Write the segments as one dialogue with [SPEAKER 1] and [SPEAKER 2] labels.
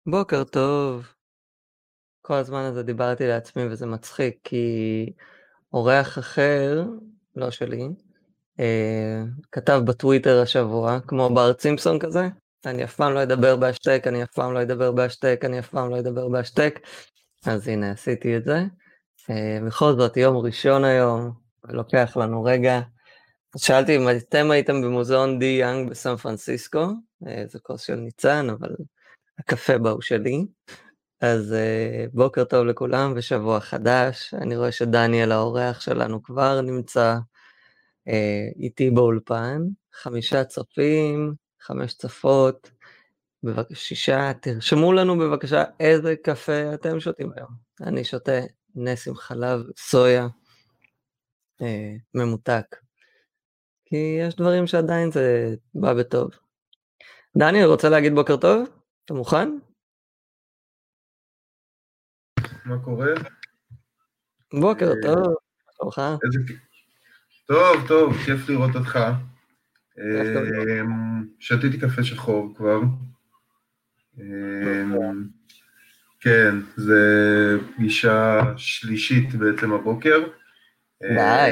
[SPEAKER 1] בוקר טוב. כל הזמן הזה דיברתי לעצמי וזה מצחיק, כי אורח אחר, לא שלי, כתב בטוויטר השבוע, כמו בארט סימפסון כזה, אני אף פעם לא אדבר בהשטק, אני אף פעם לא אדבר בהשטק, אני אף פעם לא אדבר בהשטק, אז הנה עשיתי את זה. בכל זאת, יום ראשון היום, לוקח לנו רגע. אז שאלתי אם אתם הייתם במוזיאון די יאנג בסן פרנסיסקו, זה כוס של ניצן, אבל הקפה בה הוא שלי. אז בוקר טוב לכולם ושבוע חדש. אני רואה שדניאל האורח שלנו כבר נמצא איתי באולפן. 5 צופים, 5 צפות, בבקשה 6, תרשמו לנו בבקשה איזה קפה אתם שותים היום. אני שותה נס עם חלב סויה ממותק, כי יש דברים שעדיין זה בא בטוב. דניאל, רוצה להגיד בוקר טוב? אתה מוכן?
[SPEAKER 2] מה קורה?
[SPEAKER 1] בוקר טוב, שלומך?
[SPEAKER 2] טוב, כיף לראות אותך.
[SPEAKER 1] כיף גם
[SPEAKER 2] שתיתי קפה שחור כבר. כן, זה פגישה שלישית בעצם הבוקר.
[SPEAKER 1] די.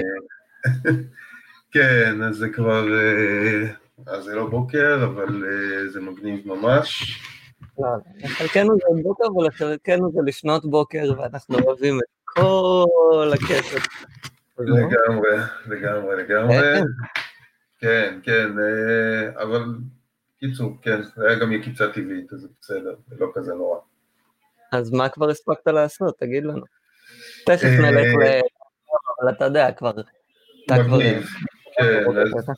[SPEAKER 2] כן, אז זה כבר, אז זה לא בוקר, אבל זה מגניב ממש.
[SPEAKER 1] לא, לחלקנו זה בוקר ולחלקנו זה לפנות בוקר, ואנחנו אוהבים את כל הקטע הזה.
[SPEAKER 2] לגמרי. כן, אבל קיצור, כן, זה היה גם יקיצה טבעית, אז זה בסדר, זה לא כזה נורא.
[SPEAKER 1] אז מה כבר הספקת לעשות? תגיד לנו. תכף נלך אבל אתה יודע, כבר...
[SPEAKER 2] מגניב, כן, אז...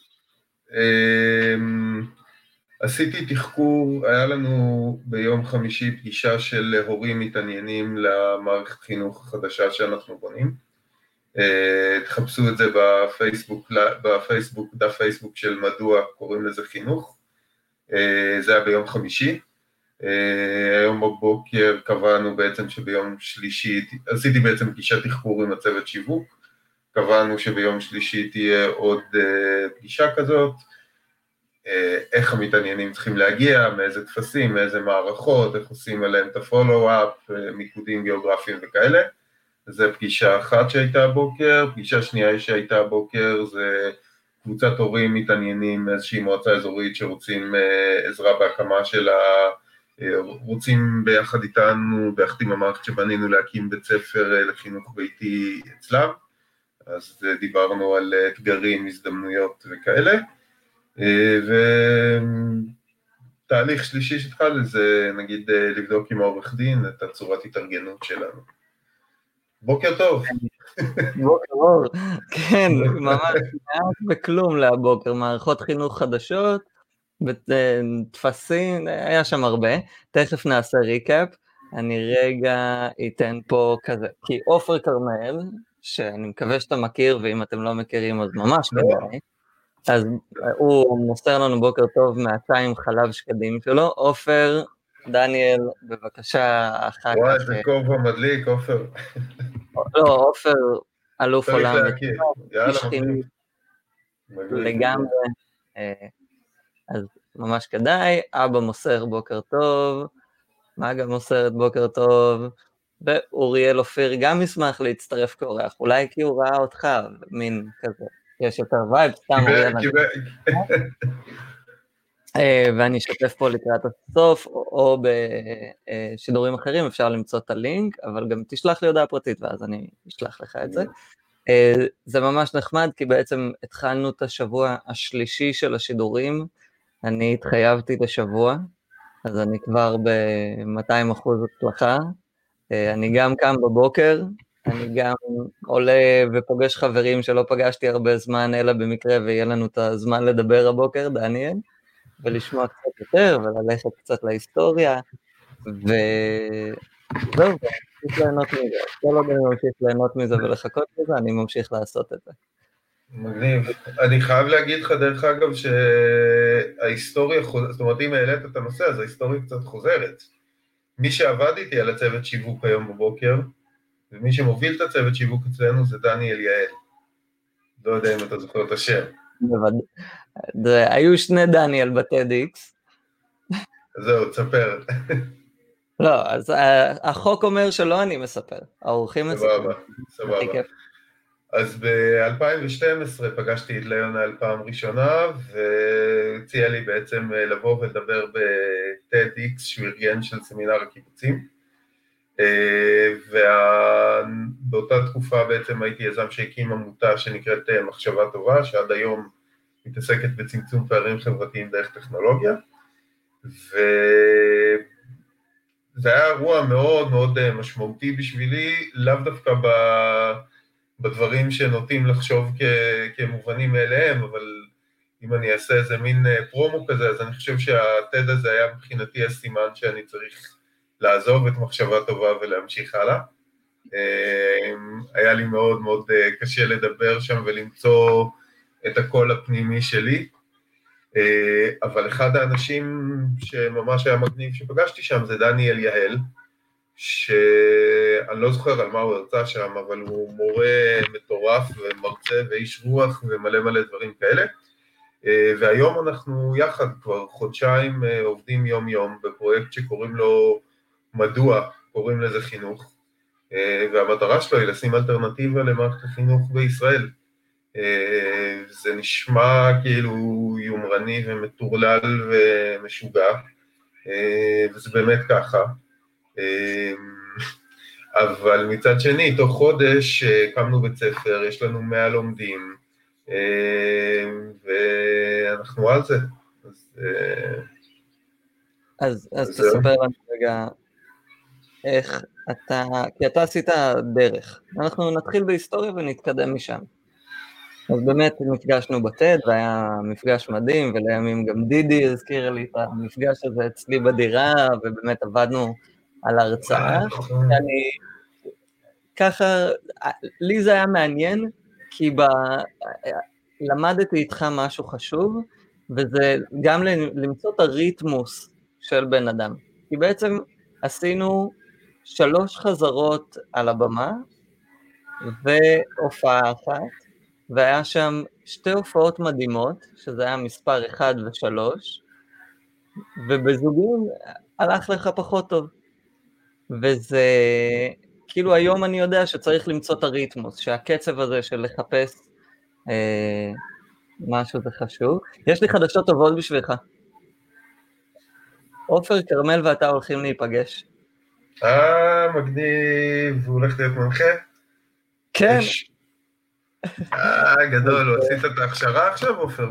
[SPEAKER 2] עשיתי תחקור, היה לנו ביום חמישי פגישה של הורים מתעניינים למערכת חינוך החדשה שאנחנו בונים. תחפשו את זה בפייסבוק, דף פייסבוק של מדוע קוראים לזה חינוך. זה היה ביום חמישי. היום בבוקר קבענו בעצם שביום שלישי, עשיתי בעצם פגישת תחקור עם הצוות שיווק, קבענו שביום שלישי תהיה עוד פגישה כזאת, איך המתעניינים צריכים להגיע, מאיזה תפסים, מאיזה מערכות, איך עושים עליהם את הפולו-אפ, מיקודים גיאוגרפיים וכאלה. זה פגישה אחת שהייתה הבוקר, פגישה שנייה שהייתה הבוקר זה קבוצת הורים מתעניינים מאיזושהי מועצה אזורית שרוצים עזרה בהקמה של רוצים ביחד איתנו, ביחד עם המערכת שבנינו להקים בית ספר לחינוך ביתי אצלם, אז דיברנו על אתגרים, הזדמנויות וכאלה. ותהליך שלישי שהתחל זה נגיד לבדוק עם העורך דין את הצורת התארגנות שלנו. בוקר טוב.
[SPEAKER 1] בוקר אור, כן, ממש מעט וכלום להבוקר, מערכות חינוך חדשות, תפסים, היה שם הרבה, תכף נעשה ריקאפ, אני רגע אתן פה כזה, כי עופר כרמל, שאני מקווה שאתה מכיר, ואם אתם לא מכירים אז ממש כדאי, אז הוא מוסר לנו בוקר טוב מהציים חלב שקדים שלו. עופר, דניאל, בבקשה, אחר כך.
[SPEAKER 2] וואי, איזה כובע מדליק, עופר.
[SPEAKER 1] לא, עופר, אלוף עולם.
[SPEAKER 2] צריך להכיר, יאללה, מגניב.
[SPEAKER 1] לגמרי, אז ממש כדאי. אבא מוסר בוקר טוב, מגה מוסרת בוקר טוב, ואוריאל אופיר גם ישמח להצטרף כאורח, אולי כי הוא ראה אותך, מין כזה, יש יותר וייב, סתם אוריאל. ואני אשתף פה לקראת הסוף, או בשידורים אחרים, אפשר למצוא את הלינק, אבל גם תשלח לי הודעה פרטית, ואז אני אשלח לך את זה. זה ממש נחמד, כי בעצם התחלנו את השבוע השלישי של השידורים, אני התחייבתי לשבוע, אז אני כבר ב-200% הצלחה, אני גם קם בבוקר, אני גם עולה ופוגש חברים שלא פגשתי הרבה זמן, אלא במקרה ויהיה לנו את הזמן לדבר הבוקר, דניאל, ולשמוע קצת יותר, וללכת קצת להיסטוריה, וזהו, ממשיך ליהנות מזה. כל עוד אני ממשיך ליהנות מזה ולחכות לזה, אני ממשיך לעשות את זה.
[SPEAKER 2] מגניב. אני חייב להגיד לך, דרך אגב, שההיסטוריה חוזרת, זאת אומרת, אם העלית את הנושא, אז ההיסטוריה קצת חוזרת. מי שעבד איתי על הצוות שיווק היום בבוקר, ומי שמוביל את הצוות שיווק אצלנו זה דניאל יעל. לא יודע אם אתה זוכר את השם.
[SPEAKER 1] היו שני דניאל בטד איקס.
[SPEAKER 2] זהו, תספר.
[SPEAKER 1] לא, אז החוק אומר שלא אני מספר, האורחים מספרים. הכי
[SPEAKER 2] סבבה.
[SPEAKER 1] כיף.
[SPEAKER 2] אז ב-2012 פגשתי את ליונל פעם ראשונה, והציע לי בעצם לבוא ולדבר ב-TEDx שהוא ארגן של סמינר הקיבוצים, ובאותה תקופה בעצם הייתי יזם שהקים עמותה שנקראת מחשבה טובה, שעד היום מתעסקת בצמצום פערים חברתיים דרך טכנולוגיה, וזה היה אירוע מאוד מאוד משמעותי בשבילי, לאו דווקא בדברים שנוטים לחשוב כמובנים מאליהם, אבל אם אני אעשה איזה מין פרומו כזה, אז אני חושב שהטד הזה היה מבחינתי הסימן שאני צריך לעזוב את מחשבה טובה ולהמשיך הלאה. היה לי מאוד מאוד קשה לדבר שם ולמצוא את הקול הפנימי שלי, אבל אחד האנשים שממש היה מגניב שפגשתי שם זה דניאל יהל, שאני לא זוכר על מה הוא הרצה שם, אבל הוא מורה מטורף ומרצה ואיש רוח ומלא מלא דברים כאלה, והיום אנחנו יחד כבר חודשיים עובדים יום יום בפרויקט שקוראים לו מדוע, קוראים לזה חינוך, והמטרה שלו היא לשים אלטרנטיבה למערכת החינוך בישראל. זה נשמע כאילו יומרני ומטורלל ומשוגע, וזה באמת ככה. אבל מצד שני, תוך חודש קמנו בית ספר, יש לנו 100 לומדים, ואנחנו על זה.
[SPEAKER 1] אז תספר לנו רגע איך אתה, כי אתה עשית דרך. אנחנו נתחיל בהיסטוריה ונתקדם משם. אז באמת נפגשנו בטד, והיה מפגש מדהים, ולימים גם דידי הזכיר לי את המפגש הזה אצלי בדירה, ובאמת עבדנו על הרצאה. ככה, לי זה היה מעניין, כי למדתי איתך משהו חשוב, וזה גם למצוא את הריתמוס של בן אדם. כי בעצם עשינו 3 חזרות על הבמה, והופעה אחת, והיה שם 2 הופעות מדהימות, שזה היה מספר 1 ו3, ובזוגים הלך לך פחות טוב. וזה, כאילו היום אני יודע שצריך למצוא את הריתמוס, שהקצב הזה של לחפש משהו זה חשוב. יש לי חדשות טובות בשבילך. עופר כרמל ואתה הולכים להיפגש.
[SPEAKER 2] מגניב, הוא הולך להיות מנחה?
[SPEAKER 1] כן.
[SPEAKER 2] גדול, הוא עשית את ההכשרה עכשיו, עופר?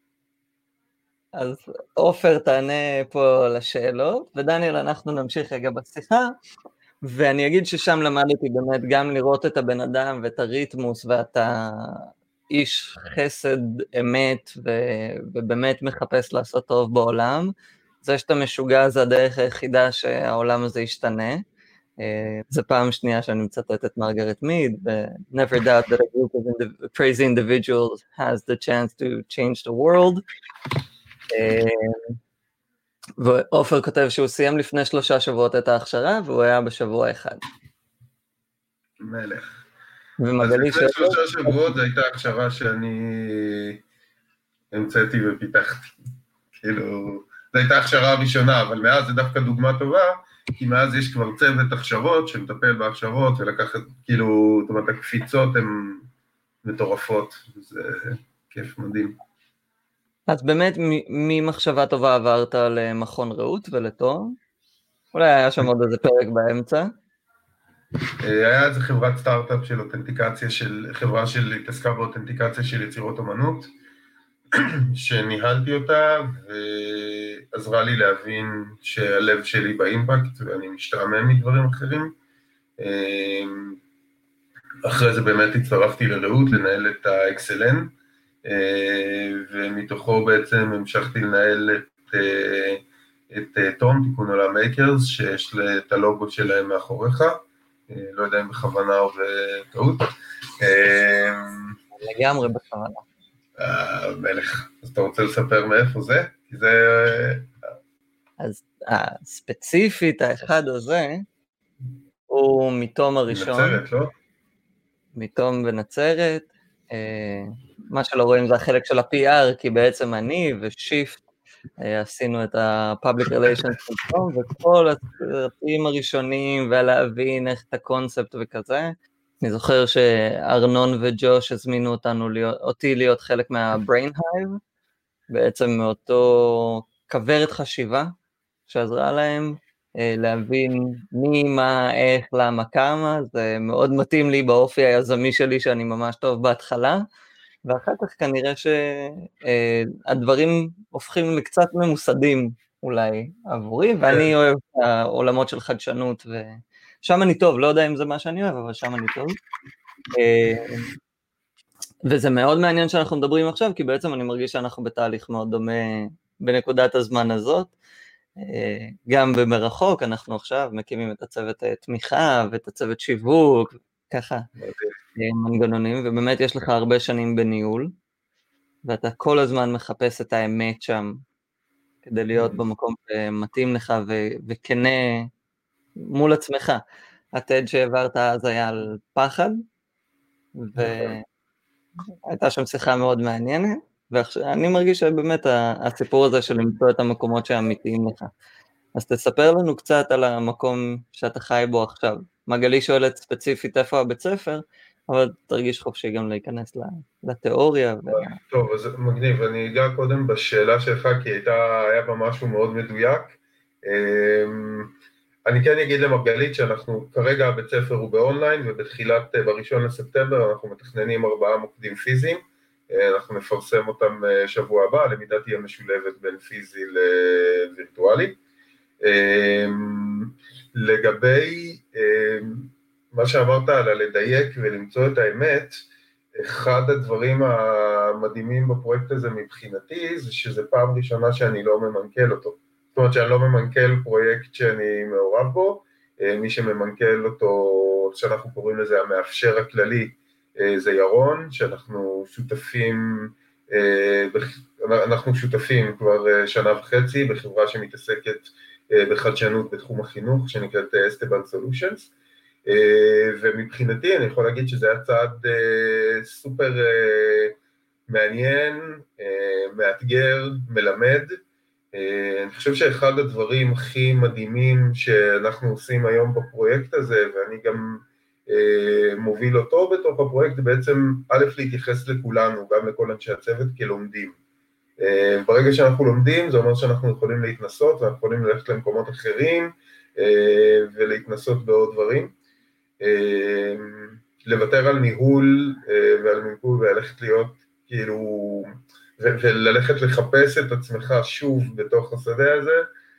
[SPEAKER 1] אז עופר תענה פה לשאלות, ודניאל אנחנו נמשיך רגע בשיחה, ואני אגיד ששם למדתי באמת גם לראות את הבן אדם ואת הריתמוס, ואתה איש חסד אמת, ובאמת מחפש לעשות טוב בעולם. זה שאתה משוגע זה הדרך היחידה שהעולם הזה ישתנה. זה פעם שנייה שאני מצטט את מרגרט מיד, never doubt that a group of crazy individuals has the chance to change the world. ועופר כותב שהוא סיים לפני 3 שבועות את ההכשרה, והוא היה בשבוע 1.
[SPEAKER 2] מלך.
[SPEAKER 1] אז
[SPEAKER 2] לפני 3 שבועות זו הייתה הכשרה שאני המצאתי ופיתחתי. כאילו, זו הייתה הכשרה הראשונה, אבל מאז זה דווקא דוגמה טובה, כי מאז יש כבר צוות הכשרות שמטפל בהכשרות, ולקחת, כאילו, זאת אומרת, הקפיצות הן מטורפות, זה כיף מדהים.
[SPEAKER 1] אז באמת, ממחשבה טובה עברת למכון רעות ולתואר? אולי היה שם עוד איזה פרק באמצע?
[SPEAKER 2] היה איזה חברת סטארט-אפ של אותנטיקציה, חברה של התעסקה באותנטיקציה של יצירות אמנות, שניהלתי אותה, ועזרה לי להבין שהלב שלי באימפקט, ואני משתעמם מדברים אחרים. אחרי זה באמת הצטרפתי לרעות, לנהל את ה-XLN, ומתוכו בעצם המשכתי לנהל את תום, תיקון עולם מייקרס, שיש את הלוגו שלהם מאחוריך, לא יודע אם בכוונה או בטעות.
[SPEAKER 1] לגמרי בכוונה.
[SPEAKER 2] מלך, אז אתה רוצה לספר מאיפה זה? כי זה...
[SPEAKER 1] אז ספציפית האחד הזה, הוא מתום הראשון.
[SPEAKER 2] נצרת, לא?
[SPEAKER 1] מתום בנצרת. מה שלא רואים זה החלק של ה-PR, כי בעצם אני ושיפט עשינו את ה-Public Relations וכל הסרטים הראשונים ולהבין איך את הקונספט וכזה. אני זוכר שארנון וג'וש הזמינו אותי להיות חלק מה-Brain Hive, בעצם מאותו כברת חשיבה שעזרה להם להבין מי, מה, איך, למה, כמה. זה מאוד מתאים לי באופי היזמי שלי שאני ממש טוב בהתחלה, ואחר כך כנראה שהדברים הופכים לקצת ממוסדים אולי עבורי, ואני אוהב את העולמות של חדשנות, ושם אני טוב, לא יודע אם זה מה שאני אוהב, אבל שם אני טוב. וזה מאוד מעניין שאנחנו מדברים עכשיו, כי בעצם אני מרגיש שאנחנו בתהליך מאוד דומה בנקודת הזמן הזאת, גם במרחוק, אנחנו עכשיו מקימים את הצוות תמיכה ואת הצוות שיווק, ככה מנגנונים, ובאמת יש לך הרבה שנים בניהול, ואתה כל הזמן מחפש את האמת שם, כדי להיות במקום שמתאים לך וכנה מול עצמך. הטד שהעברת אז היה על פחד, והייתה שם שיחה מאוד מעניינת, ואני מרגיש שבאמת הסיפור הזה של למצוא את המקומות שאמיתיים לך. אז תספר לנו קצת על המקום שאתה חי בו עכשיו. מגלי שואלת ספציפית איפה הבית ספר, אבל תרגיש חופשי גם להיכנס לתיאוריה.
[SPEAKER 2] טוב, אז מגניב, אני אגע קודם בשאלה שלך, כי היה בה משהו מאוד מדויק. אני כן אגיד למרגלית שאנחנו, כרגע הבית ספר הוא באונליין, בראשון לספטמבר אנחנו מתכננים 4 מוקדים פיזיים, אנחנו נפרסם אותם שבוע הבא, הלמידה תהיה משולבת בין פיזי לווירטואלי. לגבי מה שאמרת על לדייק ולמצוא את האמת, אחד הדברים המדהימים בפרויקט הזה מבחינתי, זה שזה פעם ראשונה שאני לא ממנכ"ל אותו. זאת אומרת שאני לא ממנכ"ל פרויקט שאני מעורב בו, מי שממנכ"ל אותו, שאנחנו קוראים לזה המאפשר הכללי, זה ירון, שאנחנו שותפים כבר שנה וחצי בחברה שמתעסקת בחדשנות בתחום החינוך, שנקראת אסטבן סולושנס, ומבחינתי אני יכול להגיד שזה היה צעד סופר מעניין, מאתגר, מלמד. אני חושב שאחד הדברים הכי מדהימים שאנחנו עושים היום בפרויקט הזה, ואני גם מוביל אותו בתוך הפרויקט, זה בעצם א' להתייחס לכולנו, גם לכל אנשי הצוות כלומדים. ברגע שאנחנו לומדים, זה אומר שאנחנו יכולים להתנסות, ואנחנו יכולים ללכת למקומות אחרים, ולהתנסות בעוד דברים. לוותר על ניהול ועל מנכול, וללכת להיות כאילו, וללכת לחפש את עצמך שוב בתוך השדה הזה,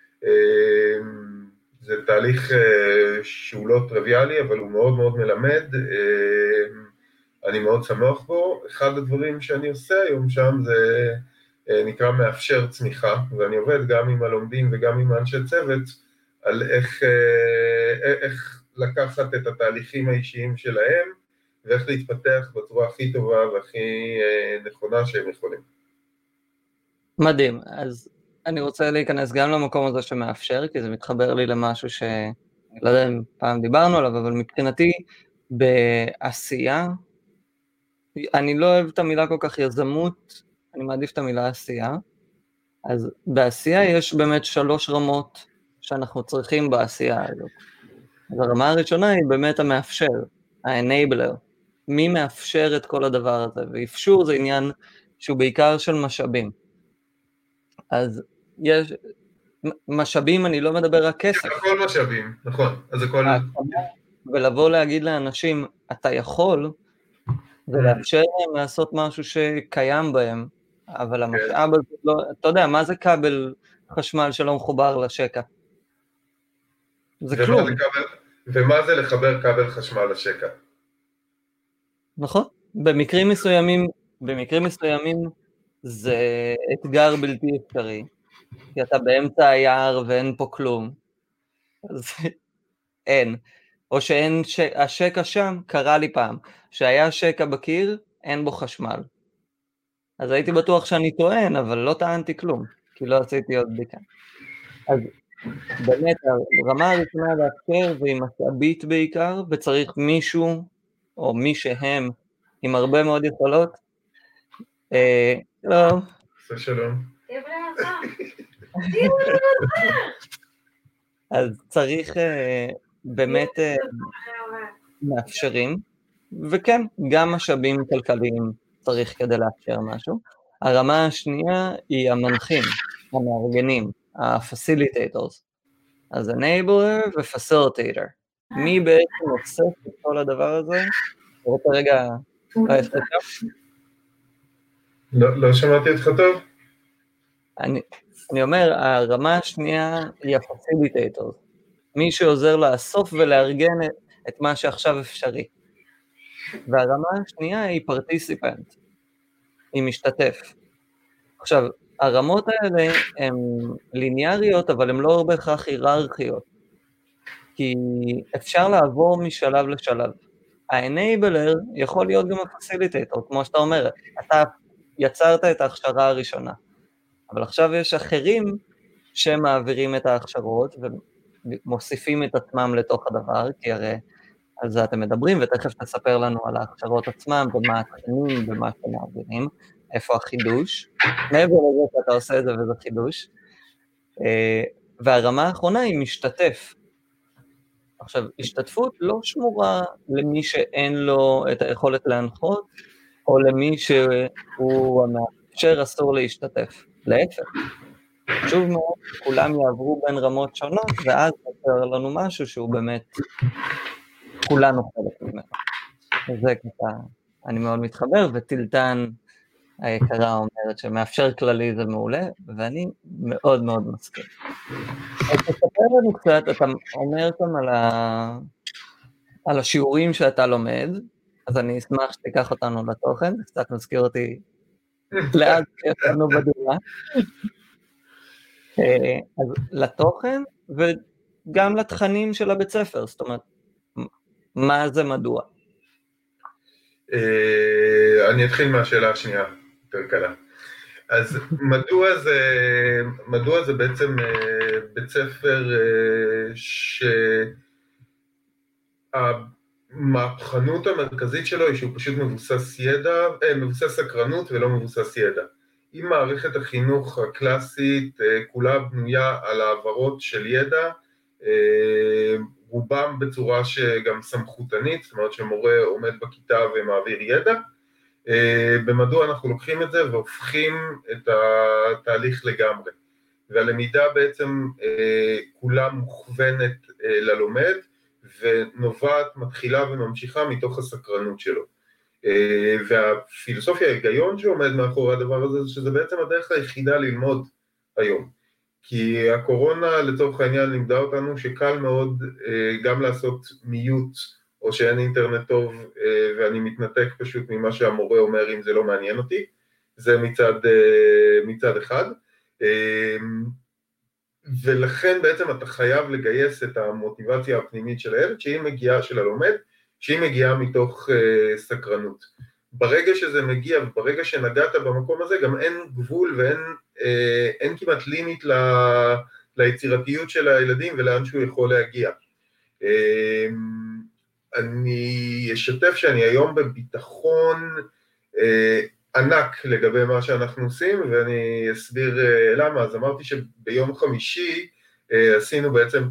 [SPEAKER 2] זה תהליך שהוא לא טריוויאלי, אבל הוא מאוד מאוד מלמד, אני מאוד שמח בו. אחד הדברים שאני עושה היום שם זה נקרא מאפשר צמיחה, ואני עובד גם עם הלומדים וגם עם אנשי צוות, על איך לקחת את התהליכים האישיים שלהם, ואיך להתפתח בצורה הכי טובה והכי נכונה שהם יכולים.
[SPEAKER 1] מדהים, אז אני רוצה להיכנס גם למקום הזה שמאפשר, כי זה מתחבר לי למשהו לא יודע אם פעם דיברנו עליו, אבל מבחינתי בעשייה, אני לא אוהב את המילה כל כך יזמות, אני מעדיף את המילה עשייה, אז בעשייה יש באמת 3 רמות שאנחנו צריכים בעשייה הזאת. אז הרמה הראשונה היא באמת המאפשר, ה-enabler, מי מאפשר את כל הדבר הזה, ואפשור זה עניין שהוא בעיקר של משאבים. אז יש משאבים, אני לא מדבר רק כסף.
[SPEAKER 2] הכל משאבים, נכון. אז הכל...
[SPEAKER 1] ולבוא להגיד לאנשים, אתה יכול, ולאפשר להם לעשות משהו שקיים בהם, אבל המשאב הזה לא... אתה יודע, מה זה כבל חשמל שלא מחובר לשקע? זה כלום.
[SPEAKER 2] ומה זה לחבר כבל חשמל לשקע?
[SPEAKER 1] נכון. במקרים מסוימים זה אתגר בלתי אפשרי, כי אתה באמצע היער ואין פה כלום, אז אין. או שאין, השקע שם, קרה לי פעם, שהיה שקע בקיר, אין בו חשמל. אז הייתי בטוח שאני טוען, אבל לא טענתי כלום, כי לא עשיתי עוד בדיקה. אז באמת, הרמה הראשונה לאפשר זה עם משאבית בעיקר, וצריך מישהו, או מי שהם, עם הרבה מאוד יכולות. שלום.
[SPEAKER 2] שלום.
[SPEAKER 1] אז צריך באמת מאפשרים, וכן, גם משאבים כלכליים צריך כדי לאפשר משהו. הרמה השנייה היא המנחים, המארגנים, ה-facilitators, אז enabler ו-facilitator. מי בעצם אוסף את כל הדבר הזה? אתה רוצה רגע,
[SPEAKER 2] לא שמעתי אותך טוב?
[SPEAKER 1] אני אומר, הרמה השנייה היא ה-facilitators, מי שעוזר לאסוף ולארגן את מה שעכשיו אפשרי. והרמה השנייה היא participant, היא משתתף. עכשיו, הרמות האלה הן ליניאריות, אבל הן לא בהכרח היררכיות, כי אפשר לעבור משלב לשלב. ה-enabler יכול להיות גם ה-facilitator, כמו שאתה אומר, אתה יצרת את ההכשרה הראשונה, אבל עכשיו יש אחרים שמעבירים את ההכשרות ומוסיפים את עצמם לתוך הדבר, כי הרי על זה אתם מדברים, ותכף תספר לנו על ההכשרות עצמם, ומה התכנים, ומה אתם מעבירים, איפה החידוש, מעבר לזה שאתה עושה את זה וזה חידוש. והרמה האחרונה היא משתתף. עכשיו, השתתפות לא שמורה למי שאין לו את היכולת להנחות, או למי שהוא המאפשר אסור להשתתף. להפך. חשוב מאוד, כולם יעברו בין רמות שונות, ואז נוצר לנו משהו שהוא באמת כולנו חלק ממנו. זה ככה, אני מאוד מתחבר, וטילטן היקרה אומרת שמאפשר כללי זה מעולה, ואני מאוד מאוד מסכים. אז תספר לנו קצת, אתה אומר כאן על השיעורים שאתה לומד, אז אני אשמח שתיקח אותנו לתוכן, קצת מזכיר אותי לאט יצאנו בדירה. אז לתוכן, וגם לתכנים של הבית ספר, זאת אומרת, מה זה מדוע?
[SPEAKER 2] אני אתחיל מהשאלה השנייה, יותר קלה. אז מדוע זה בעצם בית ספר שהמהפכנות המרכזית שלו היא שהוא פשוט מבוסס סקרנות ולא מבוסס ידע. אם מערכת החינוך הקלאסית כולה בנויה על העברות של ידע, רובם בצורה שגם סמכותנית, זאת אומרת שמורה עומד בכיתה ומעביר ידע, במדוע אנחנו לוקחים את זה והופכים את התהליך לגמרי. והלמידה בעצם כולה מוכוונת ללומד, ונובעת, מתחילה וממשיכה מתוך הסקרנות שלו. והפילוסופיה, ההיגיון שעומד מאחורי הדבר הזה, שזה בעצם הדרך היחידה ללמוד היום. כי הקורונה לצורך העניין לימדה אותנו שקל מאוד גם לעשות מיוט, או שאין אינטרנט טוב ואני מתנתק פשוט ממה שהמורה אומר אם זה לא מעניין אותי, זה מצד אחד. ולכן בעצם אתה חייב לגייס את המוטיבציה הפנימית של הילד, של הלומד, שהיא מגיעה מתוך סקרנות. ברגע שזה מגיע, וברגע שנגעת במקום הזה, גם אין גבול ואין כמעט לימיט ליצירתיות של הילדים ולאן שהוא יכול להגיע. אני אשתף שאני היום בביטחון ענק לגבי מה שאנחנו עושים, ואני אסביר למה. אז אמרתי שביום חמישי עשינו בעצם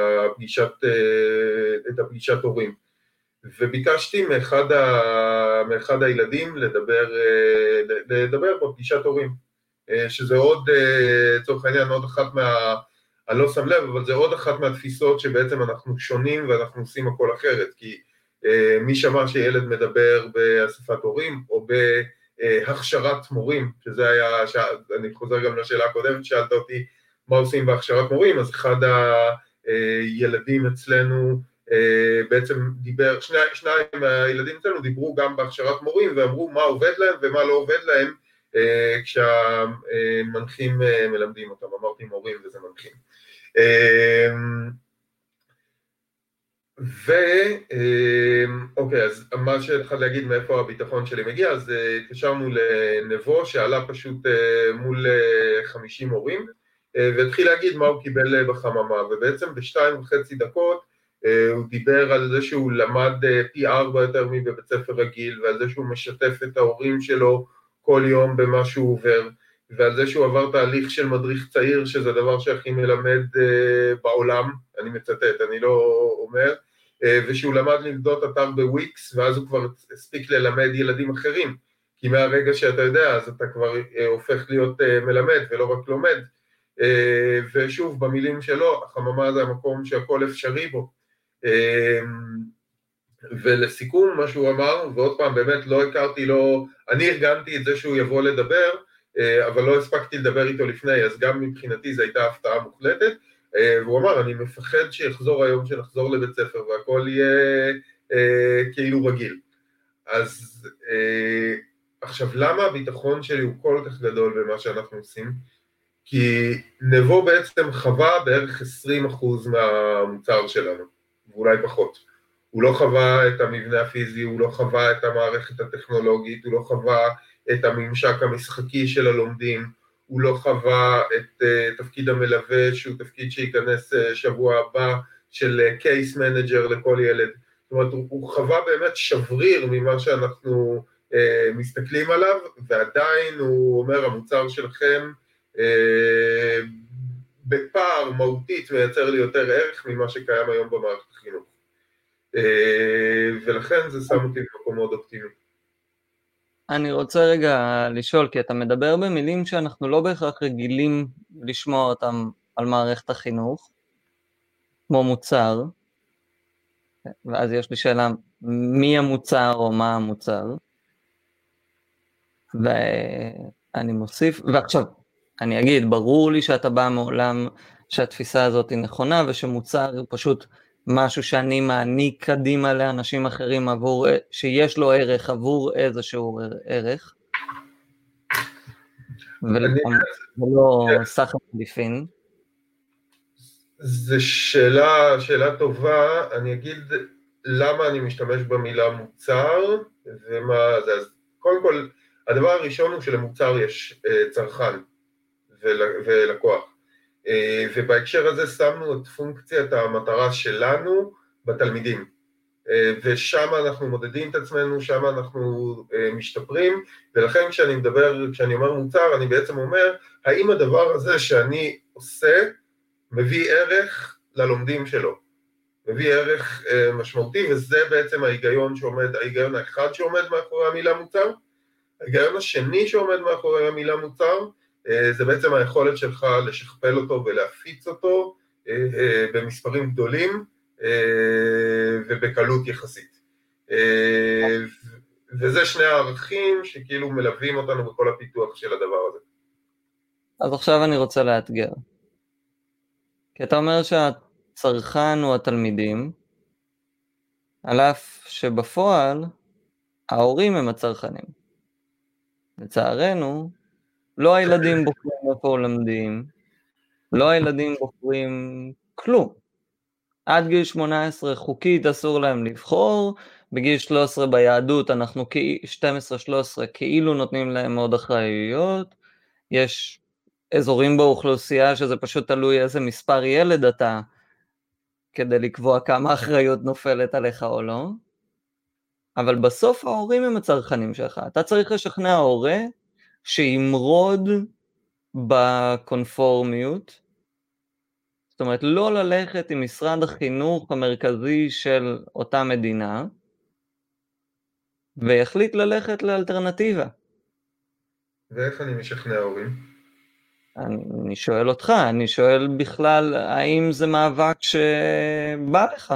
[SPEAKER 2] את הפגישת הורים, וביקשתי מאחד הילדים לדבר בפגישת הורים, שזה עוד, לצורך העניין, עוד אחת אני לא שם לב, אבל זה עוד אחת מהתפיסות שבעצם אנחנו שונים ואנחנו עושים הכל אחרת, כי מי שמע שילד מדבר באספת הורים או בהכשרת מורים, שזה היה, אני חוזר גם לשאלה הקודמת, שאלת אותי מה עושים בהכשרת מורים, אז אחד הילדים אצלנו בעצם דיבר, שניים מהילדים אצלנו דיברו גם בהכשרת מורים ואמרו מה עובד להם ומה לא עובד להם כשהמנחים מלמדים אותם. אמרתי מורים וזה מנחים. אוקיי, אז מה שהתחלתי להגיד מאיפה הביטחון שלי מגיע, אז התקשרנו לנבו שעלה פשוט מול 50 הורים והתחיל להגיד מה הוא קיבל בחממה, ובעצם ב2.5 דקות הוא דיבר על זה שהוא למד פי 4 יותר מבבית ספר רגיל, ועל זה שהוא משתף את ההורים שלו כל יום במה שהוא עובר, ועל זה שהוא עבר תהליך של מדריך צעיר, שזה דבר שהכי מלמד בעולם, אני מצטט, אני לא אומר, ושהוא למד לבדות אתר בוויקס, ואז הוא כבר הספיק ללמד ילדים אחרים, כי מהרגע שאתה יודע, אז אתה כבר הופך להיות מלמד ולא רק לומד, ושוב, במילים שלו, החממה זה המקום שהכל אפשרי בו, ולסיכום מה שהוא אמר, ועוד פעם באמת לא הכרתי לו, אני ארגנתי את זה שהוא יבוא לדבר, אבל לא הספקתי לדבר איתו לפני, אז גם מבחינתי זו הייתה הפתעה מוחלטת, והוא אמר, אני מפחד שיחזור היום שנחזור לבית ספר, והכל יהיה כאילו רגיל. אז עכשיו, למה הביטחון שלי הוא כל כך גדול במה שאנחנו עושים? כי נבו בעצם חווה בערך 20% מהמוצר שלנו, ואולי פחות. הוא לא חווה את המבנה הפיזי, הוא לא חווה את המערכת הטכנולוגית, הוא לא חווה את הממשק המשחקי של הלומדים, הוא לא חווה את תפקיד המלווה, שהוא תפקיד שייכנס שבוע הבא, של קייס מנג'ר לכל ילד. זאת אומרת, הוא חווה באמת שבריר ממה שאנחנו מסתכלים עליו, ועדיין הוא אומר, המוצר שלכם בפער מהותית מייצר לי יותר ערך ממה שקיים היום במערכת החינוך. ולכן זה שם אותי במקום מאוד אופטימי.
[SPEAKER 1] אני רוצה רגע לשאול, כי אתה מדבר במילים שאנחנו לא בהכרח רגילים לשמוע אותם על מערכת החינוך, כמו מוצר, ואז יש לי שאלה, מי המוצר או מה המוצר? ואני מוסיף, ועכשיו, אני אגיד, ברור לי שאתה בא מעולם שהתפיסה הזאת היא נכונה, ושמוצר הוא פשוט משהו שאני מעניק קדימה לאנשים אחרים עבור, שיש לו ערך עבור איזשהו ערך, ולא סחר חליפין.
[SPEAKER 2] זו שאלה טובה, אני אגיד למה אני משתמש במילה מוצר, ומה זה, אז קודם כל, הדבר הראשון הוא שלמוצר יש צרכן ולקוח, ובהקשר הזה שמנו את פונקציית המטרה שלנו בתלמידים, ושם אנחנו מודדים את עצמנו, שם אנחנו משתפרים, ולכן כשאני אומר מוצר, אני בעצם אומר, האם הדבר הזה שאני עושה, מביא ערך ללומדים שלו, מביא ערך משמעותי, וזה בעצם ההיגיון האחד שעומד מאחורי המילה מוצר. ההיגיון השני שעומד מאחורי המילה מוצר, זה בעצם היכולת שלך לשכפל אותו ולהפיץ אותו במספרים גדולים ובקלות יחסית. וזה שני הערכים שכאילו מלווים אותנו בכל הפיתוח של הדבר הזה.
[SPEAKER 1] אז עכשיו אני רוצה לאתגר. כי אתה אומר שהצרכן הוא התלמידים, על אף שבפועל ההורים הם הצרכנים. לצערנו, לא הילדים בוחרים איפה לומדים, לא הילדים בוחרים כלום. עד גיל 18 חוקית אסור להם לבחור, בגיל 13 ביהדות אנחנו 12-13 כאילו נותנים להם עוד אחראיות, יש אזורים באוכלוסייה שזה פשוט תלוי איזה מספר ילד אתה, כדי לקבוע כמה אחריות נופלת עליך או לא, אבל בסוף ההורים הם הצרכנים שלך, אתה צריך לשכנע הורה שימרוד בקונפורמיות, זאת אומרת לא ללכת עם משרד החינוך המרכזי של אותה מדינה, ויחליט ללכת לאלטרנטיבה.
[SPEAKER 2] ואיך אני משכנע הורים?
[SPEAKER 1] אני שואל אותך, אני שואל בכלל, האם זה מאבק שבא לך?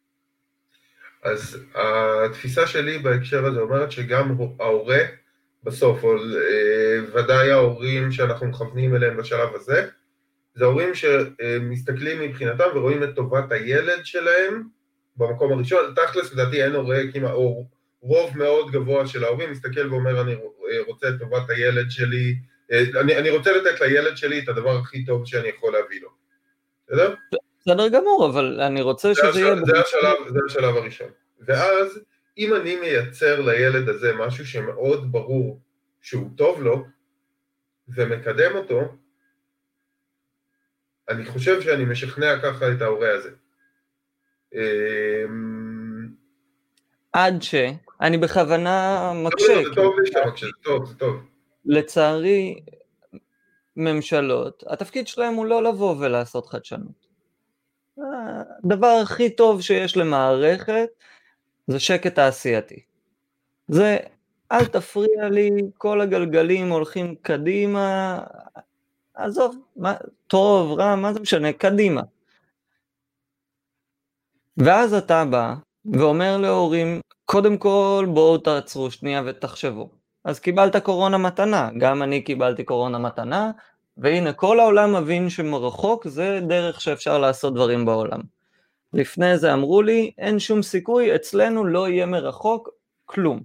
[SPEAKER 2] אז התפיסה שלי בהקשר הזה אומרת שגם ההורה בסוף, או ודאי ההורים שאנחנו מכוונים אליהם בשלב הזה, זה הורים שמסתכלים מבחינתם ורואים את טובת הילד שלהם במקום הראשון. תכלס לדעתי אין הורה, או רוב מאוד גבוה של ההורים מסתכל ואומר אני רוצה את טובת הילד שלי, אני רוצה לתת לילד שלי את הדבר הכי טוב שאני יכול להביא לו. בסדר?
[SPEAKER 1] בסדר גמור, אבל אני רוצה שזה יהיה...
[SPEAKER 2] זה השלב הראשון. ואז אם אני מייצר לילד הזה משהו שמאוד ברור שהוא טוב לו, ומקדם אותו, אני חושב שאני משכנע ככה את ההורה הזה.
[SPEAKER 1] עד שאני בכוונה מקשה.
[SPEAKER 2] זה טוב לי שאתה מקשה, זה טוב.
[SPEAKER 1] לצערי, ממשלות, התפקיד שלהם הוא לא לבוא ולעשות חדשנות. הדבר הכי טוב שיש למערכת זה שקט תעשייתי. זה, אל תפריע לי, כל הגלגלים הולכים קדימה, עזוב, טוב, רע, מה זה משנה, קדימה. ואז אתה בא ואומר להורים, קודם כל בואו תעצרו שנייה ותחשבו. אז קיבלת קורונה מתנה, גם אני קיבלתי קורונה מתנה, והנה כל העולם מבין שמרחוק זה דרך שאפשר לעשות דברים בעולם. לפני זה אמרו לי, אין שום סיכוי, אצלנו לא יהיה מרחוק כלום.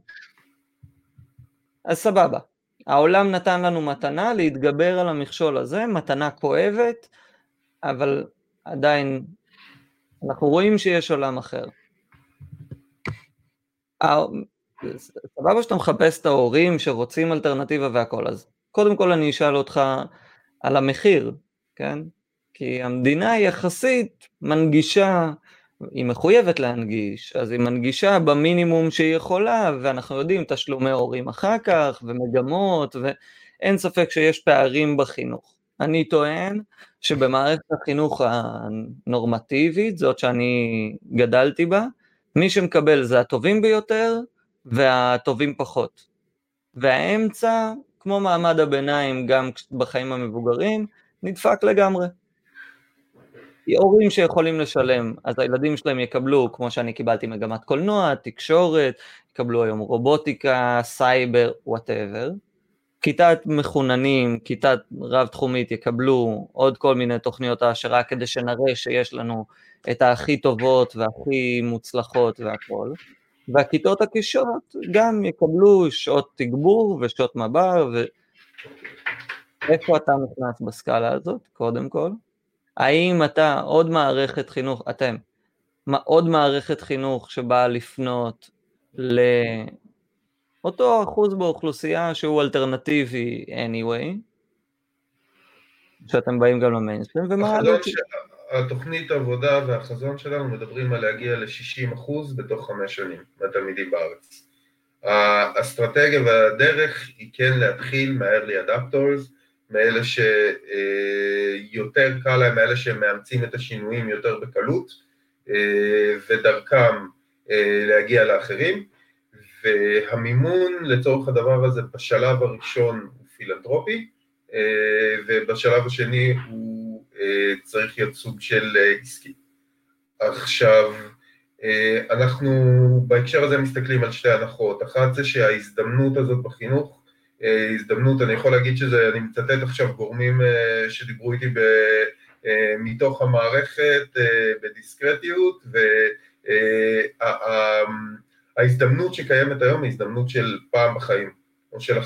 [SPEAKER 1] אז סבבה, העולם נתן לנו מתנה להתגבר על המכשול הזה, מתנה כואבת, אבל עדיין אנחנו רואים שיש עולם אחר. סבבה שאתה מחפש את ההורים שרוצים אלטרנטיבה והכל, אז קודם כל אני אשאל אותך על המחיר, כן? כי המדינה יחסית מנגישה, היא מחויבת להנגיש, אז היא מנגישה במינימום שהיא יכולה, ואנחנו יודעים תשלומי הורים אחר כך, ומגמות, ואין ספק שיש פערים בחינוך. אני טוען שבמערכת החינוך הנורמטיבית, זאת שאני גדלתי בה, מי שמקבל זה הטובים ביותר, והטובים פחות. והאמצע, כמו מעמד הביניים, גם בחיים המבוגרים, נדפק לגמרי. הורים שיכולים לשלם, אז הילדים שלהם יקבלו, כמו שאני קיבלתי מגמת קולנוע, תקשורת, יקבלו היום רובוטיקה, סייבר, whatever. כיתת מחוננים, כיתת רב תחומית, יקבלו עוד כל מיני תוכניות העשרה, כדי שנראה שיש לנו את הכי טובות והכי מוצלחות והכל. והכיתות הקשות גם יקבלו שעות תגבור ושעות מב"ר, איפה אתה נכנס בסקאלה הזאת, קודם כל? האם אתה עוד מערכת חינוך, אתם, עוד מערכת חינוך שבאה לפנות לאותו אחוז באוכלוסייה שהוא אלטרנטיבי anyway, שאתם באים גם למיינסטרים, ומה
[SPEAKER 2] התוכנית העבודה והחזון שלנו מדברים על להגיע ל-60% בתוך 5 שנים מהתלמידים בארץ. האסטרטגיה והדרך היא כן להתחיל מה-early adapters, מאלה שיותר קל להם, מאלה שמאמצים את השינויים יותר בקלות, ודרכם להגיע לאחרים, והמימון לצורך הדבר הזה בשלב הראשון הוא פילנטרופי, ובשלב השני הוא צריך להיות סוג של עסקי. עכשיו, אנחנו בהקשר הזה מסתכלים על שתי הנחות, אחת זה שההזדמנות הזאת בחינוך, הזדמנות, אני יכול להגיד שזה, אני מצטט עכשיו גורמים שדיברו איתי מתוך המערכת בדיסקרטיות, וההזדמנות שקיימת היום היא הזדמנות של פעם בחיים, או של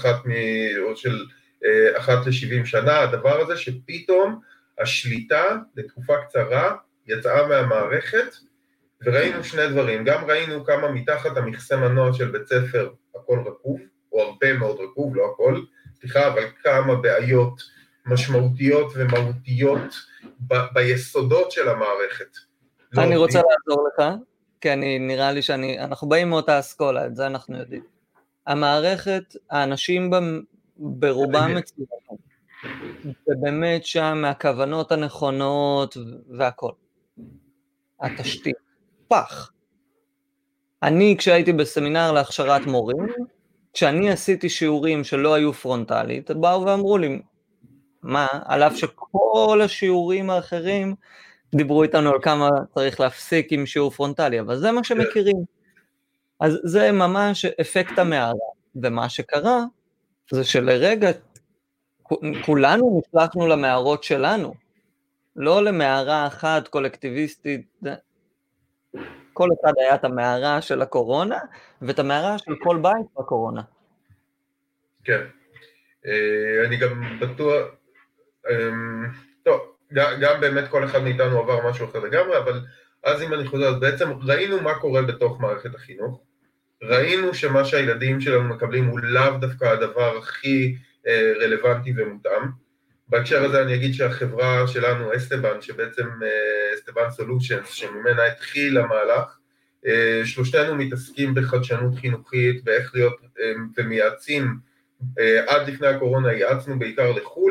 [SPEAKER 2] אחת ל-70 שנה, הדבר הזה שפתאום השליטה לתקופה קצרה יצאה מהמערכת, וראינו שני דברים, גם ראינו כמה מתחת המכסה מנוע של בית ספר הכל רקוב, או הרבה מאוד רקוב, לא הכל, סליחה, אבל כמה בעיות משמעותיות ומהותיות ביסודות של המערכת.
[SPEAKER 1] אני רוצה לעזור לך, כי נראה לי אנחנו באים מאותה אסכולה, את זה אנחנו יודעים. המערכת, האנשים ברובם מצוינים, זה באמת שם מהכוונות הנכונות והכל. התשתית, פח. אני כשהייתי בסמינר להכשרת מורים, כשאני עשיתי שיעורים שלא היו פרונטלית, באו ואמרו לי, מה, על אף שכל השיעורים האחרים דיברו איתנו על כמה צריך להפסיק עם שיעור פרונטלי, אבל זה מה שמכירים. אז זה ממש אפקט המערה, ומה שקרה זה שלרגע כולנו נשלחנו למערות שלנו, לא למערה אחת קולקטיביסטית, כל אחד היה את המערה של הקורונה, ואת המערה של כל בית בקורונה.
[SPEAKER 2] כן, אני גם בטוח, טוב, גם באמת כל אחד מאיתנו עבר משהו אחר לגמרי, אבל אז אם אני חוזר, אז בעצם ראינו מה קורה בתוך מערכת החינוך, ראינו שמה שהילדים שלנו מקבלים הוא לאו דווקא הדבר הכי רלוונטי ומותאם. בהקשר הזה אני אגיד שהחברה שלנו, אסטבן, שבעצם אסטבן סולושנס, שממנה התחיל המהלך, שלושתנו מתעסקים בחדשנות חינוכית, באיך להיות ומייעצים, עד לפני הקורונה ייעצנו בעיקר לחול,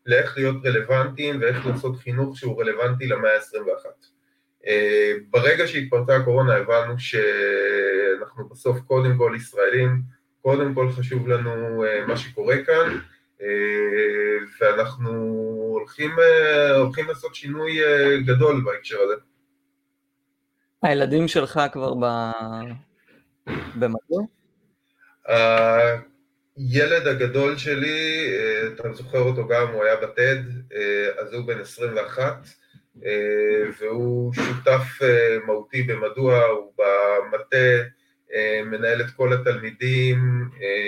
[SPEAKER 2] לאיך להיות רלוונטיים ואיך לעשות חינוך שהוא רלוונטי למאה ה-21. ברגע שהתפרצה הקורונה הבנו שאנחנו בסוף קודם כל ישראלים, קודם כל חשוב לנו מה שקורה כאן, ואנחנו הולכים לעשות שינוי גדול בהקשר הזה.
[SPEAKER 1] הילדים שלך כבר במדוע?
[SPEAKER 2] הילד הגדול שלי, אתה זוכר אותו גם, הוא היה בטד, אז הוא בן 21, והוא שותף מהותי במדוע, הוא במטה, מנהל את כל התלמידים,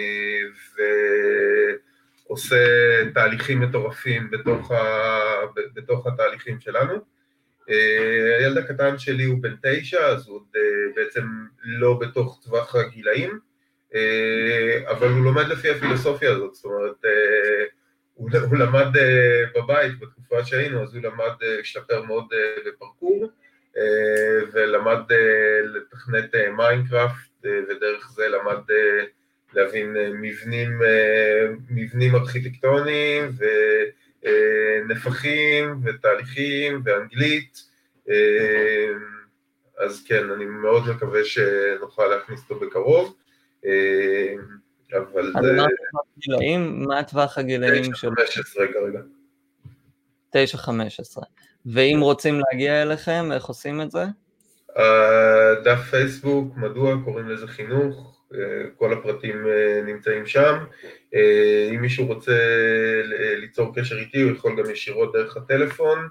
[SPEAKER 2] ועושה תהליכים מטורפים בתוך התהליכים שלנו. הילד הקטן שלי הוא בן 9, אז הוא עוד בעצם לא בתוך טווח הגילאים, אבל הוא לומד לפי הפילוסופיה הזאת, זאת אומרת, הוא למד בבית בתקופה שהיינו, אז הוא למד להשתפר מאוד בפרקור, ולמד לתכנת מיינקראפט, ודרך זה למד להבין מבנים ארכיטקטוניים, ונפחים, ותהליכים, ואנגלית, אז כן, אני מאוד מקווה שנוכל להכניס אותו בקרוב, אבל זה...
[SPEAKER 1] מה טווח הגילאים של...
[SPEAKER 2] 9-15 כרגע.
[SPEAKER 1] 9-15. ואם רוצים להגיע אליכם, איך עושים את זה?
[SPEAKER 2] דף פייסבוק, מדוע קוראים לזה חינוך, כל הפרטים נמצאים שם. אם מישהו רוצה ליצור קשר איתי, הוא יכול גם ישירות דרך הטלפון,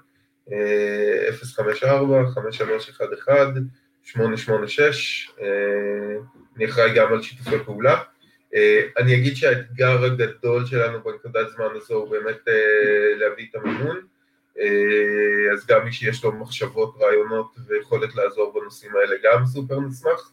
[SPEAKER 2] 054-5311-886, אני אחראי גם על שיתופי פעולה. אני אגיד שהאתגר הגדול שלנו בנקודת זמן הזו הוא באמת להביא את המימון, אז גם מי שיש לו מחשבות, רעיונות ויכולת לעזור בנושאים האלה גם סופר נשמח.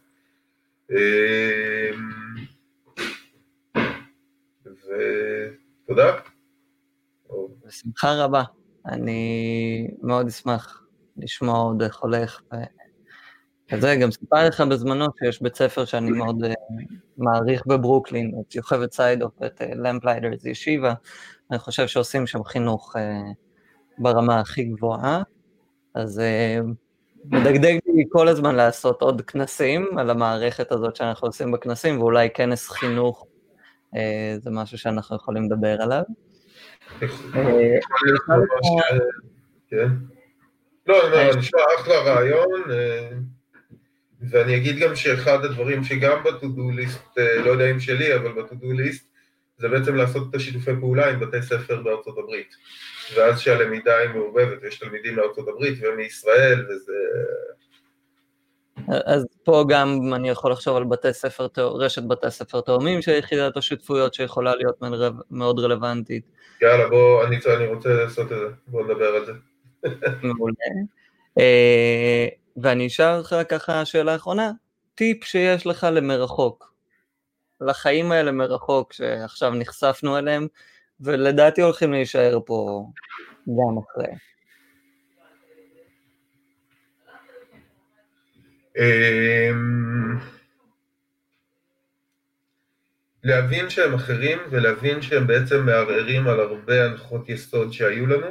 [SPEAKER 2] ותודה.
[SPEAKER 1] בשמחה רבה, אני מאוד אשמח לשמוע עוד איך הולך. וזה גם סיפר לך בזמנו שיש בית ספר שאני מאוד מעריך בברוקלין, את יוכבד סיידוף, את למפליידרס ישיבה, אני חושב שעושים שם חינוך ברמה הכי גבוהה, אז מדגדג לי כל הזמן לעשות עוד כנסים על המערכת הזאת שאנחנו עושים בכנסים, ואולי כנס חינוך, זה משהו שאנחנו יכולים לדבר עליו.
[SPEAKER 2] כן. לא, אני נשמע אחלה רעיון, ואני אגיד גם שאחד הדברים שגם בטודו ליסט, לא יודע אם שלי, אבל בטודו ליסט, זה בעצם לעשות את השיתופי פעולה עם בתי ספר בארצות הברית. ואז שהלמידה היא מעורבבת, יש תלמידים מארצות הברית ומישראל, וזה...
[SPEAKER 1] אז פה גם אני יכול לחשוב על בתי ספר, רשת בתי ספר תאומים של יחידת השותפויות שיכולה להיות מאוד רלוונטית.
[SPEAKER 2] יאללה, בוא, אני רוצה לעשות את זה, בוא נדבר על זה.
[SPEAKER 1] מעולה. ואני אשאל לך ככה שאלה האחרונה, טיפ שיש לך למרחוק, לחיים האלה מרחוק שעכשיו נחשפנו אליהם, ולדעתי הולכים להישאר פה גם אחרי.
[SPEAKER 2] להבין שהם אחרים ולהבין שהם בעצם מערערים על הרבה הנחות יסוד שהיו לנו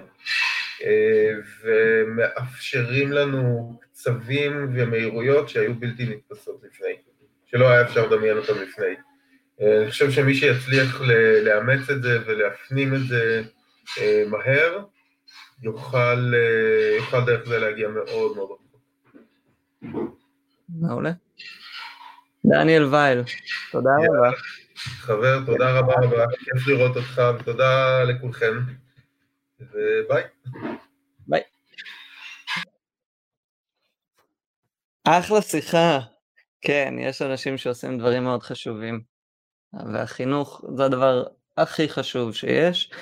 [SPEAKER 2] ומאפשרים לנו קצבים ומהירויות שהיו בלתי נתפסות לפני, שלא היה אפשר לדמיין אותם לפני. אני חושב שמי שיצליח לאמץ את זה ולהפנים את זה מהר, יוכל דרך זה להגיע מאוד מאוד רחוק.
[SPEAKER 1] מעולה. דניאל וייל, תודה רבה.
[SPEAKER 2] חבר, תודה רבה רבה, כיף לראות אותך, ותודה לכולכם, וביי.
[SPEAKER 1] ביי. אחלה שיחה. כן, יש אנשים שעושים דברים מאוד חשובים, והחינוך זה הדבר הכי חשוב שיש,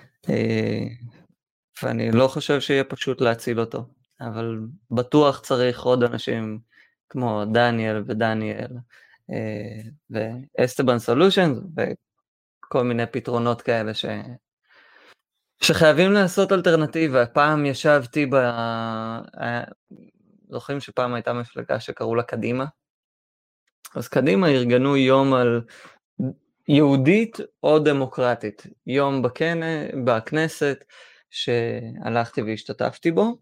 [SPEAKER 1] ואני לא חושב שיהיה פשוט להציל אותו, אבל בטוח צריך עוד אנשים כמו דניאל ודניאל, ואסטבן סולושנס, וכל מיני פתרונות כאלה שחייבים לעשות אלטרנטיבה. פעם ישבתי זוכרים שפעם הייתה מפלגה שקראו לה קדימה? אז קדימה ארגנו יהודית או דמוקרטית. יום בכנסת שהלכתי והשתתפתי בו,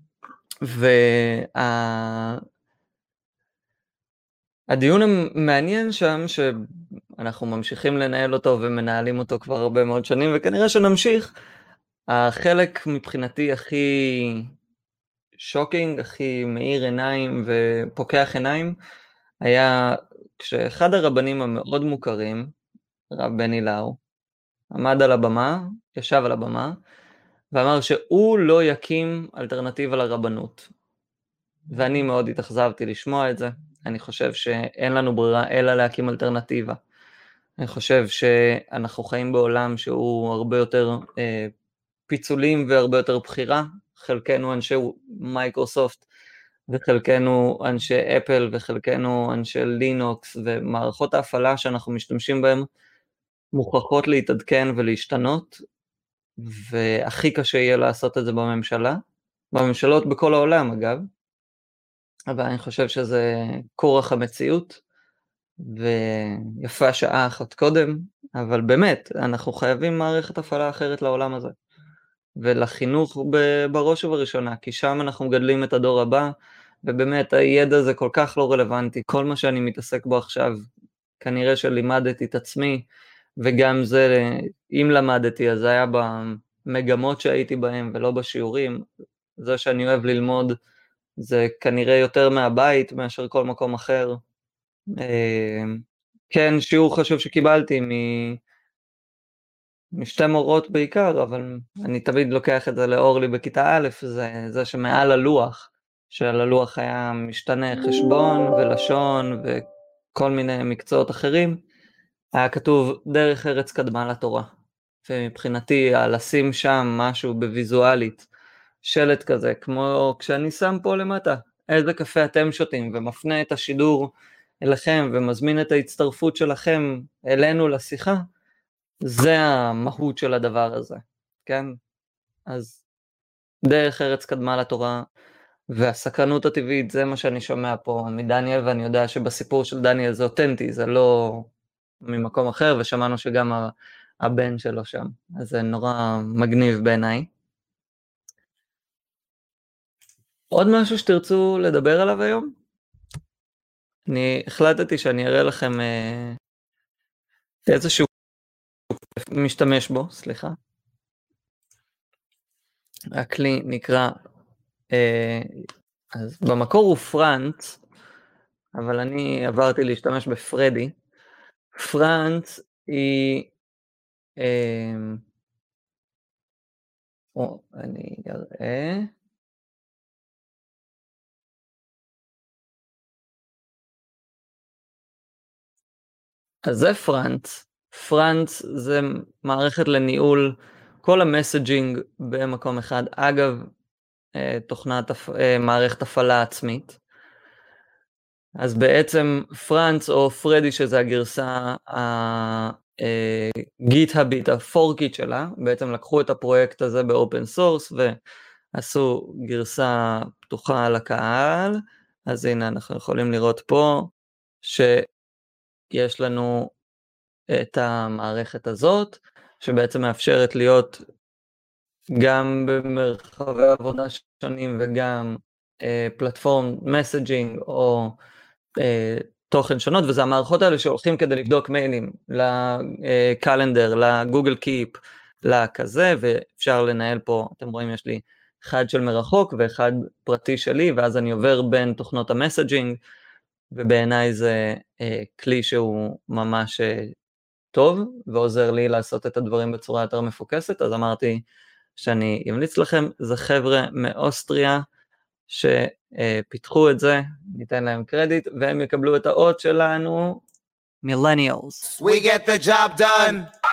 [SPEAKER 1] והדיון המעניין שם, שאנחנו ממשיכים לנהל אותו ומנהלים אותו כבר הרבה מאוד שנים, וכנראה שנמשיך, החלק מבחינתי הכי שוקינג, הכי מאיר עיניים ופוקח עיניים, היה כשאחד הרבנים המאוד מוכרים, רב בני לאו, ישב על הבמה, ואמר שהוא לא יקים אלטרנטיבה לרבנות. ואני מאוד התאכזבתי לשמוע את זה. אני חושב שאין לנו ברירה אלא להקים אלטרנטיבה. אני חושב שאנחנו חיים בעולם שהוא הרבה יותר פיצולים והרבה יותר בחירה. חלקנו אנשי מייקרוסופט, וחלקנו אנשי אפל, וחלקנו אנשי לינוקס, ומערכות ההפעלה שאנחנו משתמשים בהן מוכרחות להתעדכן ולהשתנות, והכי קשה יהיה לעשות את זה בממשלות בכל העולם אגב, אבל אני חושב שזה כורח המציאות, ויפה שעה אחת קודם, אבל באמת, אנחנו חייבים מערכת הפעלה אחרת לעולם הזה, ולחינוך בראש ובראשונה, כי שם אנחנו מגדלים את הדור הבא, ובאמת הידע זה כל כך לא רלוונטי, כל מה שאני מתעסק בו עכשיו, כנראה שלימדתי את עצמי, וגם זה, אם למדתי, אז זה היה במגמות שהייתי בהם ולא בשיעורים, זה שאני אוהב ללמוד, זה כנראה יותר מהבית מאשר כל מקום אחר. כן, שיעור חשוב שקיבלתי משתי מורות בעיקר, אבל אני תמיד לוקח את זה לאורלי בכיתה א', זה שמעל הלוח, שעל הלוח היה משתנה חשבון ולשון וכל מיני מקצועות אחרים, היה כתוב דרך ארץ קדמה לתורה, ומבחינתי לשים שם משהו בוויזואלית, שלט כזה, כמו כשאני שם פה למטה, איזה קפה אתם שותים, ומפנה את השידור אליכם, ומזמין את ההצטרפות שלכם אלינו לשיחה, זה המהות של הדבר הזה, כן? אז דרך ארץ קדמה לתורה, והסקרנות הטבעית, זה מה שאני שומע פה מדניאל, ואני יודע שבסיפור של דניאל זה אותנטי, זה לא ממקום אחר, ושמענו שגם הבן שלו שם, אז זה נורא מגניב בעיניי. עוד משהו שתרצו לדבר עליו היום? אני החלטתי שאני אראה לכם איזשהו משתמש בו, סליחה. הכלי נקרא, אז במקור הוא פרנץ, אבל אני עברתי להשתמש בפרדי. פרנץ היא, אני אראה, אז זה פרנץ. פרנץ זה מערכת לניהול כל המסג'ינג במקום אחד, אגב מערכת הפעלה עצמית. אז בעצם פרנץ או פרדי, שזה הגרסה גיט-הביט, הפורקית שלה, בעצם לקחו את הפרויקט הזה באופן סורס ועשו גרסה פתוחה לקהל. אז הנה אנחנו יכולים לראות פה שיש לנו את המערכת הזאת, שבעצם מאפשרת להיות גם במרחבי עבודה שונים וגם פלטפורם מסג'ינג או תוכן שונות, וזה המערכות האלה שהולכים כדי לבדוק מיילים לקלנדר, לגוגל קיפ, לכזה, ואפשר לנהל פה, אתם רואים יש לי אחד של מרחוק ואחד פרטי שלי, ואז אני עובר בין תוכנות המסג'ינג, ובעיניי זה כלי שהוא ממש טוב, ועוזר לי לעשות את הדברים בצורה יותר מפוקסת, אז אמרתי שאני אמליץ לכם, זה חבר'ה מאוסטריה, שפיתחו את זה, ניתן להם קרדיט, והם יקבלו את האות שלנו, Millennials. We get the job done.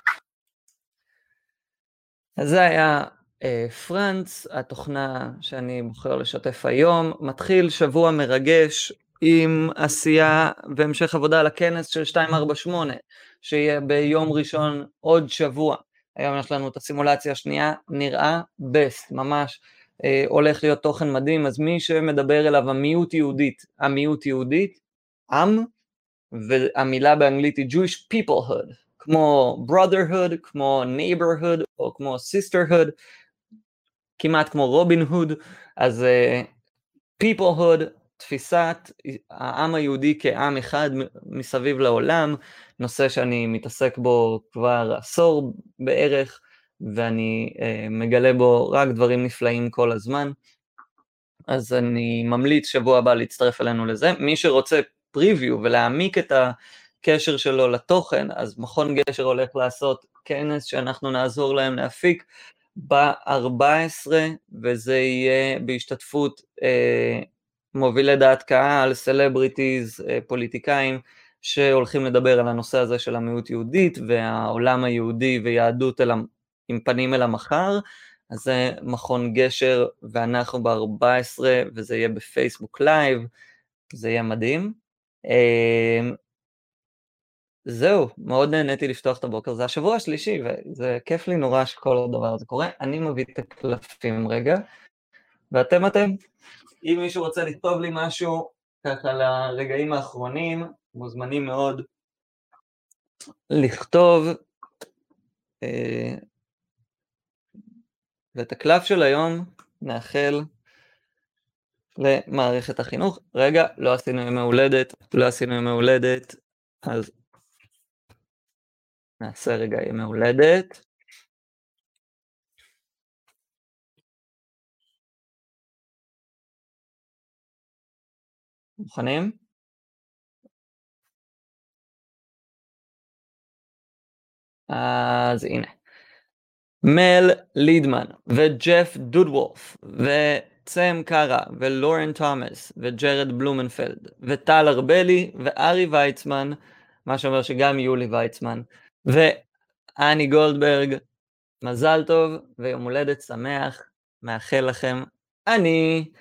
[SPEAKER 1] אז זה היה פרנץ, התוכנה שאני בוחר לשתף היום, מתחיל שבוע מרגש עם עשייה והמשך עבודה על הכנס של 248, שיהיה ביום ראשון עוד שבוע. היום יש לנו את הסימולציה השנייה, נראה בסט, ממש הולך להיות תוכן מדהים, אז מי שמדבר אליו המיעוט יהודית, עם, והמילה באנגלית היא Jewish peoplehood, כמו brotherhood, כמו neighborhood, או כמו sisterhood, כמעט כמו רובין הוד. אז peoplehood, תפיסת העם היהודי כעם אחד מסביב לעולם, נושא שאני מתעסק בו כבר עשור בערך, ואני מגלה בו רק דברים נפלאים כל הזמן. אז אני ממליץ שבוע הבא להצטרף אלינו לזה. מי שרוצה פריוויו ולהעמיק את הקשר שלו לתוכן, אז מכון גשר הולך לעשות כנס שאנחנו נעזור להם להפיק ב-14, וזה יהיה בהשתתפות מובילי דעת קהל, סלבריטיז, פוליטיקאים, שהולכים לדבר על הנושא הזה של המיעוט יהודית, והעולם היהודי ויהדות עם פנים אל המחר. אז זה מכון גשר, ואנחנו ב-14, וזה יהיה בפייסבוק לייב, זה יהיה מדהים. זהו, מאוד נהניתי לפתוח את הבוקר, זה השבוע השלישי, וזה כיף לי נורא שכל הדבר הזה קורה. אני מביא את הקלפים רגע, ואתם, אם מישהו רוצה לכתוב לי משהו, ככה לרגעים האחרונים, מוזמנים מאוד לכתוב, ואת הקלף של היום נאחל למערכת החינוך. רגע, לא עשינו ימי הולדת, אז נעשה רגע ימי הולדת. מוכנים? אז הנה. מל לידמן, וג'ף דודוולף, וצם קארה, ולורן תומאס, וג'רד בלומנפלד, וטל ארבלי, וארי ויצמן, מה שאומר שגם יולי ויצמן, ואני גולדברג. מזל טוב ויום הולדת שמח, מאחל לכם אני.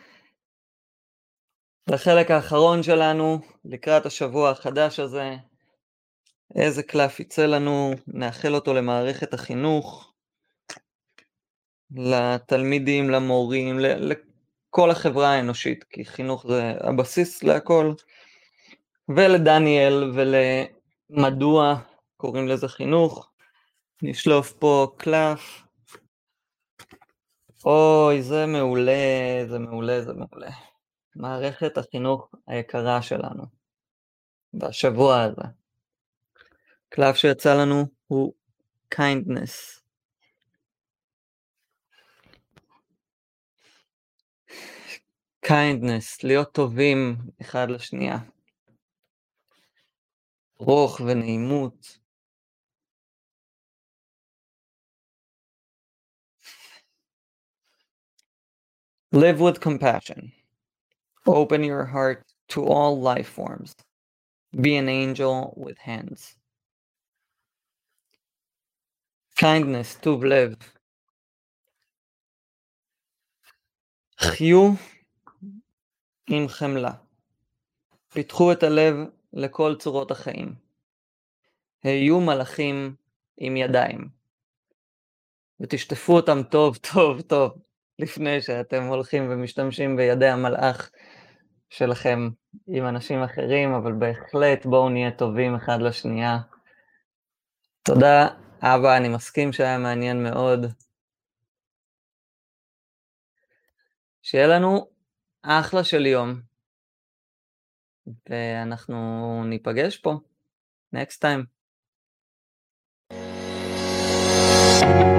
[SPEAKER 1] לחלק האחרון שלנו, לקראת השבוע החדש הזה, איזה קלף יצא לנו, נאחל אותו למערכת החינוך, לתלמידים, למורים, לכל החברה האנושית, כי חינוך זה הבסיס להכל, ולדניאל ולמדוע קוראים לזה חינוך. נשלוף פה קלף. אוי, זה מעולה, זה מעולה, זה מעולה. מערכת החינוך היקרה שלנו, בשבוע הזה. קלף שיצא לנו הוא kindness. kindness, להיות טובים אחד לשנייה. רוך ונעימות. Live with compassion. Open your heart to all life forms. Be an angel with hands. kindness, טוב לב. חיו עם חמלה. פיתחו את הלב לכל צורות החיים. היו מלאכים עם ידיים. ותשטפו אותם טוב, טוב, טוב, לפני שאתם הולכים ומשתמשים בידי המלאך שלכם עם אנשים אחרים, אבל בהחלט בואו נהיה טובים אחד לשנייה. תודה, אבא, אני מסכים שהיה מעניין מאוד. שיהיה לנו אחלה של יום, ואנחנו ניפגש פה, next time.